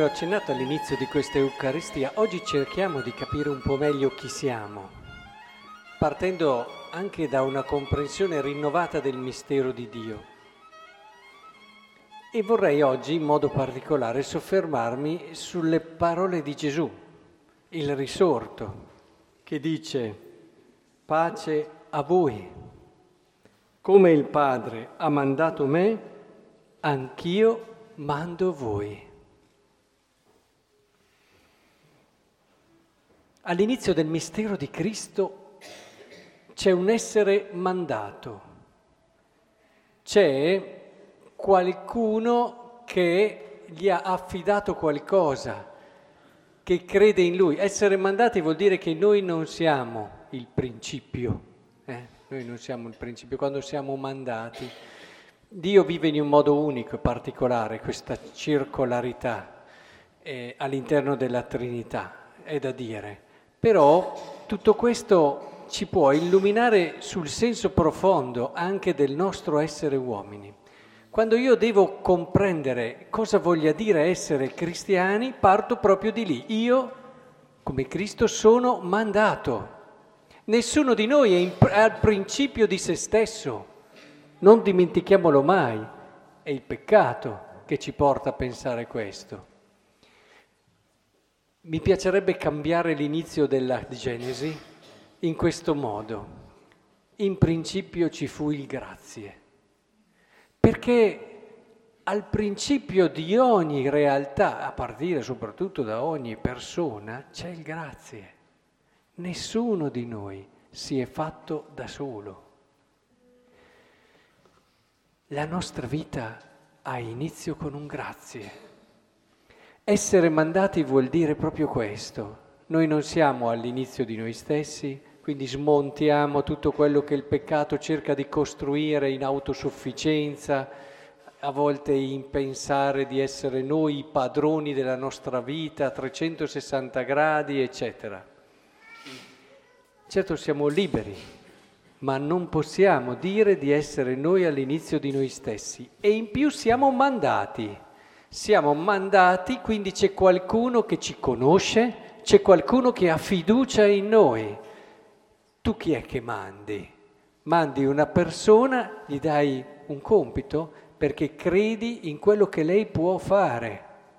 Come ho accennato all'inizio di questa Eucaristia, oggi cerchiamo di capire un po' meglio chi siamo, partendo anche da una comprensione rinnovata del mistero di Dio. E vorrei oggi in modo particolare soffermarmi sulle parole di Gesù, il risorto, che dice: pace a voi, come il Padre ha mandato me, anch'io mando voi. All'inizio del mistero di Cristo c'è un essere mandato, c'è qualcuno che gli ha affidato qualcosa, che crede in lui. Essere mandati vuol dire che noi non siamo il principio, noi non siamo il principio quando siamo mandati. Dio vive in un modo unico e particolare, questa circolarità all'interno della Trinità, è da dire. Però tutto questo ci può illuminare sul senso profondo anche del nostro essere uomini. Quando io devo comprendere cosa voglia dire essere cristiani, parto proprio di lì. Io, come Cristo, sono mandato. Nessuno di noi è al principio di se stesso. Non dimentichiamolo mai. È il peccato che ci porta a pensare questo. Mi piacerebbe cambiare l'inizio della Genesi in questo modo. In principio ci fu il grazie. Perché al principio di ogni realtà, a partire soprattutto da ogni persona, c'è il grazie. Nessuno di noi si è fatto da solo. La nostra vita ha inizio con un grazie. Essere mandati vuol dire proprio questo. Noi non siamo all'inizio di noi stessi, quindi smontiamo tutto quello che il peccato cerca di costruire in autosufficienza, a volte in pensare di essere noi i padroni della nostra vita a 360 gradi, eccetera. Certo siamo liberi, ma non possiamo dire di essere noi all'inizio di noi stessi. E in più siamo mandati. Siamo mandati, quindi c'è qualcuno che ci conosce, c'è qualcuno che ha fiducia in noi. Tu chi è che mandi? Mandi una persona, gli dai un compito perché credi in quello che lei può fare.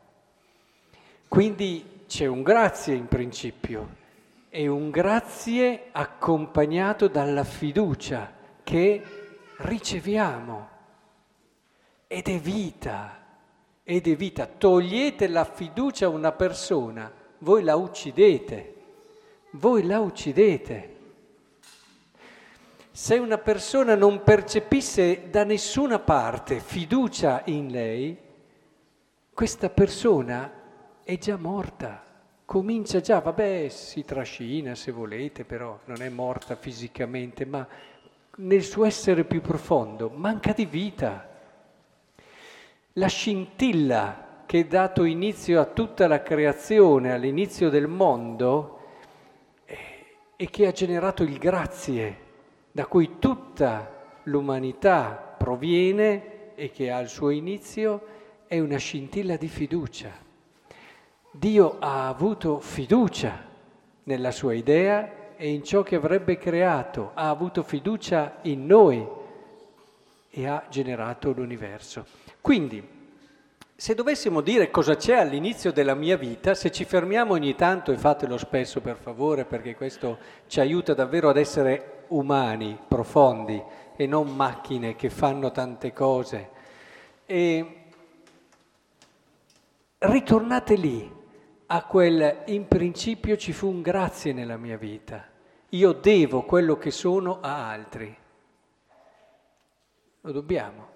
Quindi c'è un grazie in principio e un grazie accompagnato dalla fiducia che riceviamo ed è vita. Ed è vita. Togliete la fiducia a una persona, voi la uccidete. Se una persona non percepisse da nessuna parte fiducia in lei, questa persona è già morta, comincia già, si trascina se volete, però non è morta fisicamente, ma nel suo essere più profondo manca di vita. La scintilla che ha dato inizio a tutta la creazione, all'inizio del mondo, e che ha generato il grazie, da cui tutta l'umanità proviene e che ha il suo inizio, è una scintilla di fiducia. Dio ha avuto fiducia nella sua idea e in ciò che avrebbe creato, ha avuto fiducia in noi e ha generato l'universo. Quindi, se dovessimo dire cosa c'è all'inizio della mia vita, se ci fermiamo ogni tanto, e fatelo spesso per favore, perché questo ci aiuta davvero ad essere umani, profondi, e non macchine che fanno tante cose, e ritornate lì, a quel in principio ci fu un grazie nella mia vita. Io devo quello che sono a altri. Lo dobbiamo.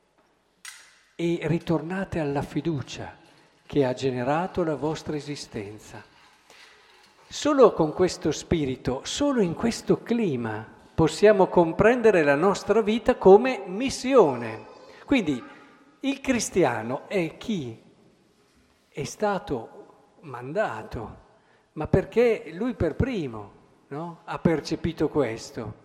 E ritornate alla fiducia che ha generato la vostra esistenza. Solo con questo spirito, solo in questo clima possiamo comprendere la nostra vita come missione. Quindi il cristiano è chi è stato mandato, ma perché lui per primo, no? Ha percepito questo.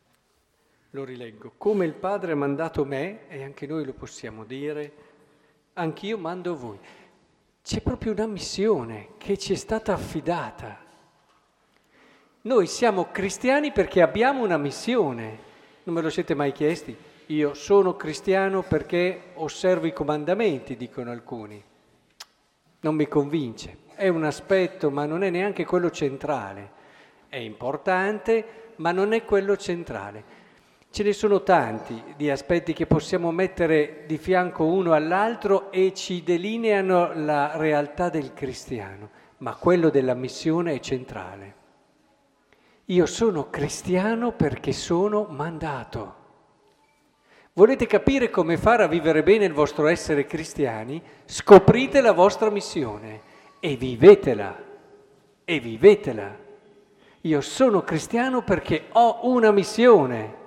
Lo rileggo. Come il Padre ha mandato me, e anche noi lo possiamo dire, anch'io mando voi. C'è proprio una missione che ci è stata affidata. Noi siamo cristiani perché abbiamo una missione. Non me lo siete mai chiesti? Io sono cristiano perché osservo i comandamenti, dicono alcuni. Non mi convince. È un aspetto, ma non è neanche quello centrale. È importante, ma non è quello centrale. Ce ne sono tanti di aspetti che possiamo mettere di fianco uno all'altro e ci delineano la realtà del cristiano, ma quello della missione è centrale. Io sono cristiano perché sono mandato. Volete capire come fare a vivere bene il vostro essere cristiani? Scoprite la vostra missione e vivetela, e vivetela. Io sono cristiano perché ho una missione.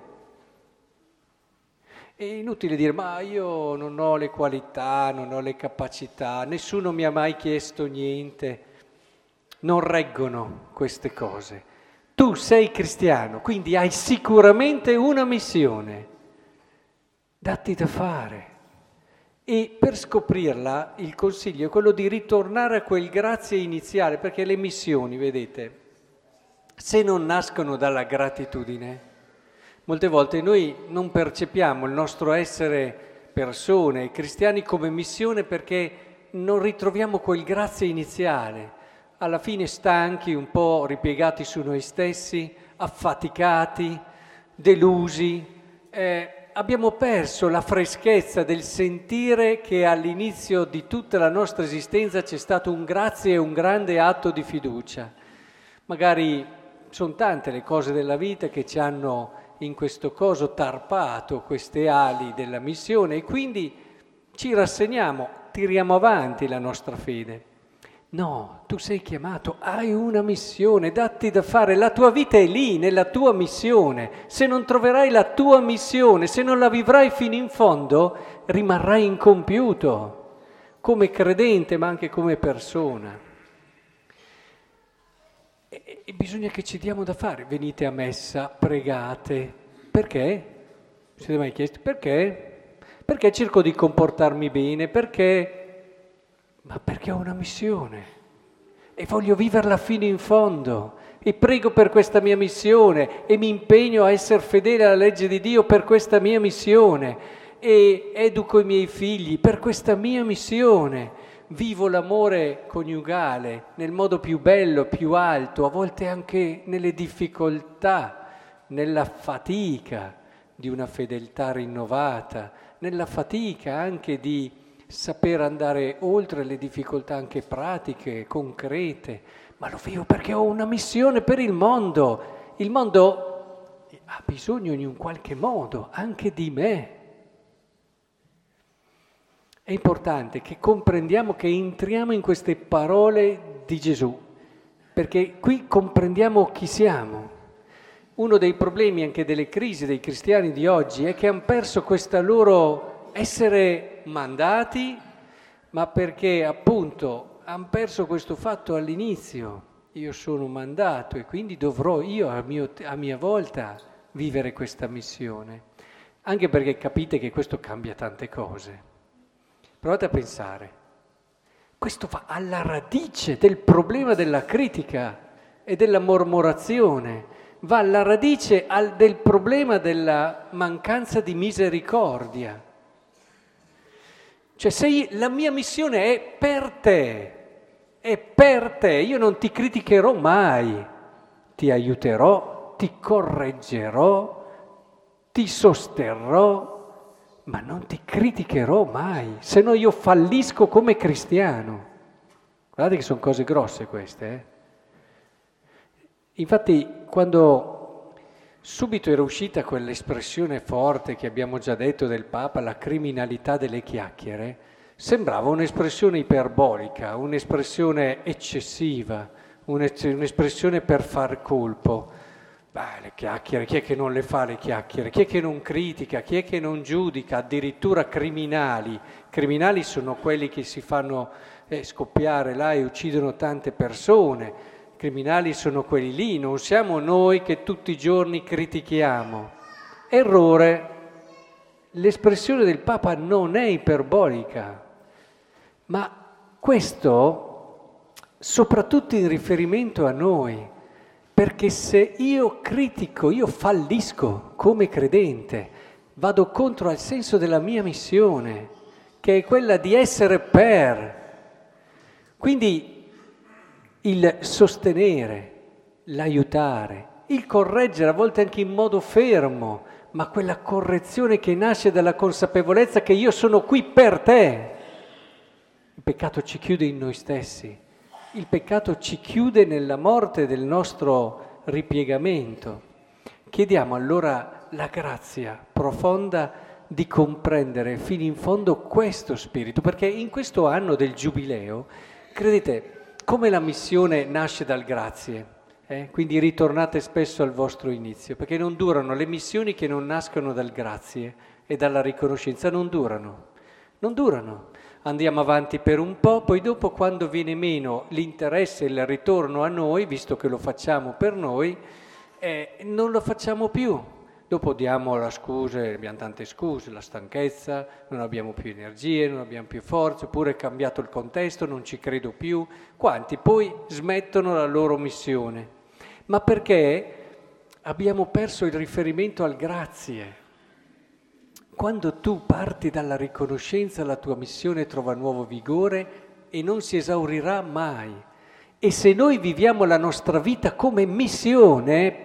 È inutile dire, ma io non ho le qualità, non ho le capacità, nessuno mi ha mai chiesto niente. Non reggono queste cose. Tu sei cristiano, quindi hai sicuramente una missione. Datti da fare. E per scoprirla il consiglio è quello di ritornare a quel grazie iniziale, perché le missioni, vedete, se non nascono dalla gratitudine, molte volte noi non percepiamo il nostro essere persone, cristiani, come missione perché non ritroviamo quel grazie iniziale. Alla fine stanchi, un po' ripiegati su noi stessi, affaticati, delusi. Abbiamo perso la freschezza del sentire che all'inizio di tutta la nostra esistenza c'è stato un grazie e un grande atto di fiducia. Magari sono tante le cose della vita che ci hanno in questo coso tarpato queste ali della missione e quindi ci rassegniamo, tiriamo avanti la nostra fede. No, tu sei chiamato, hai una missione, datti da fare, la tua vita è lì, nella tua missione. Se non troverai la tua missione, se non la vivrai fino in fondo, rimarrai incompiuto, come credente ma anche come persona. E bisogna che ci diamo da fare. Venite a messa, pregate. Perché? Siete mai chiesti? Perché? Perché cerco di comportarmi bene? Perché? Ma perché ho una missione e voglio viverla fino in fondo e prego per questa mia missione e mi impegno a essere fedele alla legge di Dio per questa mia missione e educo i miei figli per questa mia missione. Vivo l'amore coniugale nel modo più bello, più alto, a volte anche nelle difficoltà, nella fatica di una fedeltà rinnovata, nella fatica anche di saper andare oltre le difficoltà anche pratiche, concrete, ma lo vivo perché ho una missione per il mondo. Il mondo ha bisogno in un qualche modo anche di me. È importante che comprendiamo, che entriamo in queste parole di Gesù, perché qui comprendiamo chi siamo. Uno dei problemi anche delle crisi dei cristiani di oggi è che hanno perso questa loro essere mandati, ma perché appunto hanno perso questo fatto all'inizio. Io sono mandato e quindi dovrò io a mia volta vivere questa missione. Anche perché capite che questo cambia tante cose. Provate a pensare. Questo va alla radice del problema della critica e della mormorazione. Va alla radice del problema della mancanza di misericordia. Cioè se la mia missione è per te, io non ti criticherò mai, ti aiuterò, ti correggerò, ti sosterrò, ma non ti criticherò mai, se no io fallisco come cristiano. Guardate che sono cose grosse queste. Infatti quando subito era uscita quell'espressione forte che abbiamo già detto del Papa, la criminalità delle chiacchiere, sembrava un'espressione iperbolica, un'espressione eccessiva, un'espressione per far colpo. Le chiacchiere, chi è che non le fa le chiacchiere? Chi è che non critica? Chi è che non giudica? Addirittura criminali. Criminali sono quelli che si fanno scoppiare là e uccidono tante persone. Criminali sono quelli lì, non siamo noi che tutti i giorni critichiamo. Errore. L'espressione del Papa non è iperbolica. Ma questo soprattutto in riferimento a noi, perché se io critico, io fallisco come credente, vado contro al senso della mia missione, che è quella di essere per. Quindi il sostenere, l'aiutare, il correggere, a volte anche in modo fermo, ma quella correzione che nasce dalla consapevolezza che io sono qui per te. Il peccato ci chiude in noi stessi, il peccato ci chiude nella morte del nostro ripiegamento. Chiediamo allora la grazia profonda di comprendere fino in fondo questo spirito, perché in questo anno del Giubileo, credete, come la missione nasce dal grazie, quindi ritornate spesso al vostro inizio, perché non durano le missioni che non nascono dal grazie e dalla riconoscenza, non durano. Andiamo avanti per un po', poi dopo quando viene meno l'interesse e il ritorno a noi, visto che lo facciamo per noi, non lo facciamo più. Dopo diamo la scusa, abbiamo tante scuse, la stanchezza, non abbiamo più energie, non abbiamo più forze, oppure è cambiato il contesto, non ci credo più. Quanti poi smettono la loro missione? Ma perché abbiamo perso il riferimento al grazie. Quando tu parti dalla riconoscenza, la tua missione trova nuovo vigore e non si esaurirà mai. E se noi viviamo la nostra vita come missione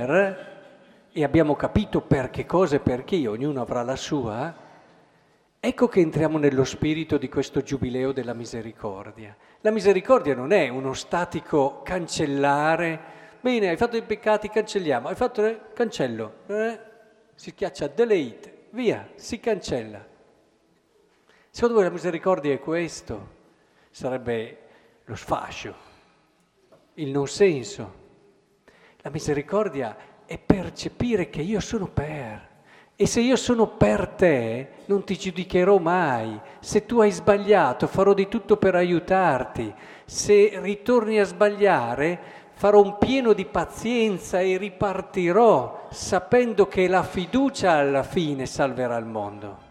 e abbiamo capito per che cosa e per chi, ognuno avrà la sua, ecco che entriamo nello spirito di questo giubileo della misericordia. La misericordia non è uno statico cancellare, bene, hai fatto i peccati, cancelliamo, hai fatto cancello, si schiaccia delete. Via, si cancella. Secondo voi la misericordia è questo? Sarebbe lo sfascio, il non senso. La misericordia è percepire che io sono per. E se io sono per te, non ti giudicherò mai. Se tu hai sbagliato, farò di tutto per aiutarti. Se ritorni a sbagliare, farò un pieno di pazienza e ripartirò sapendo che la fiducia alla fine salverà il mondo.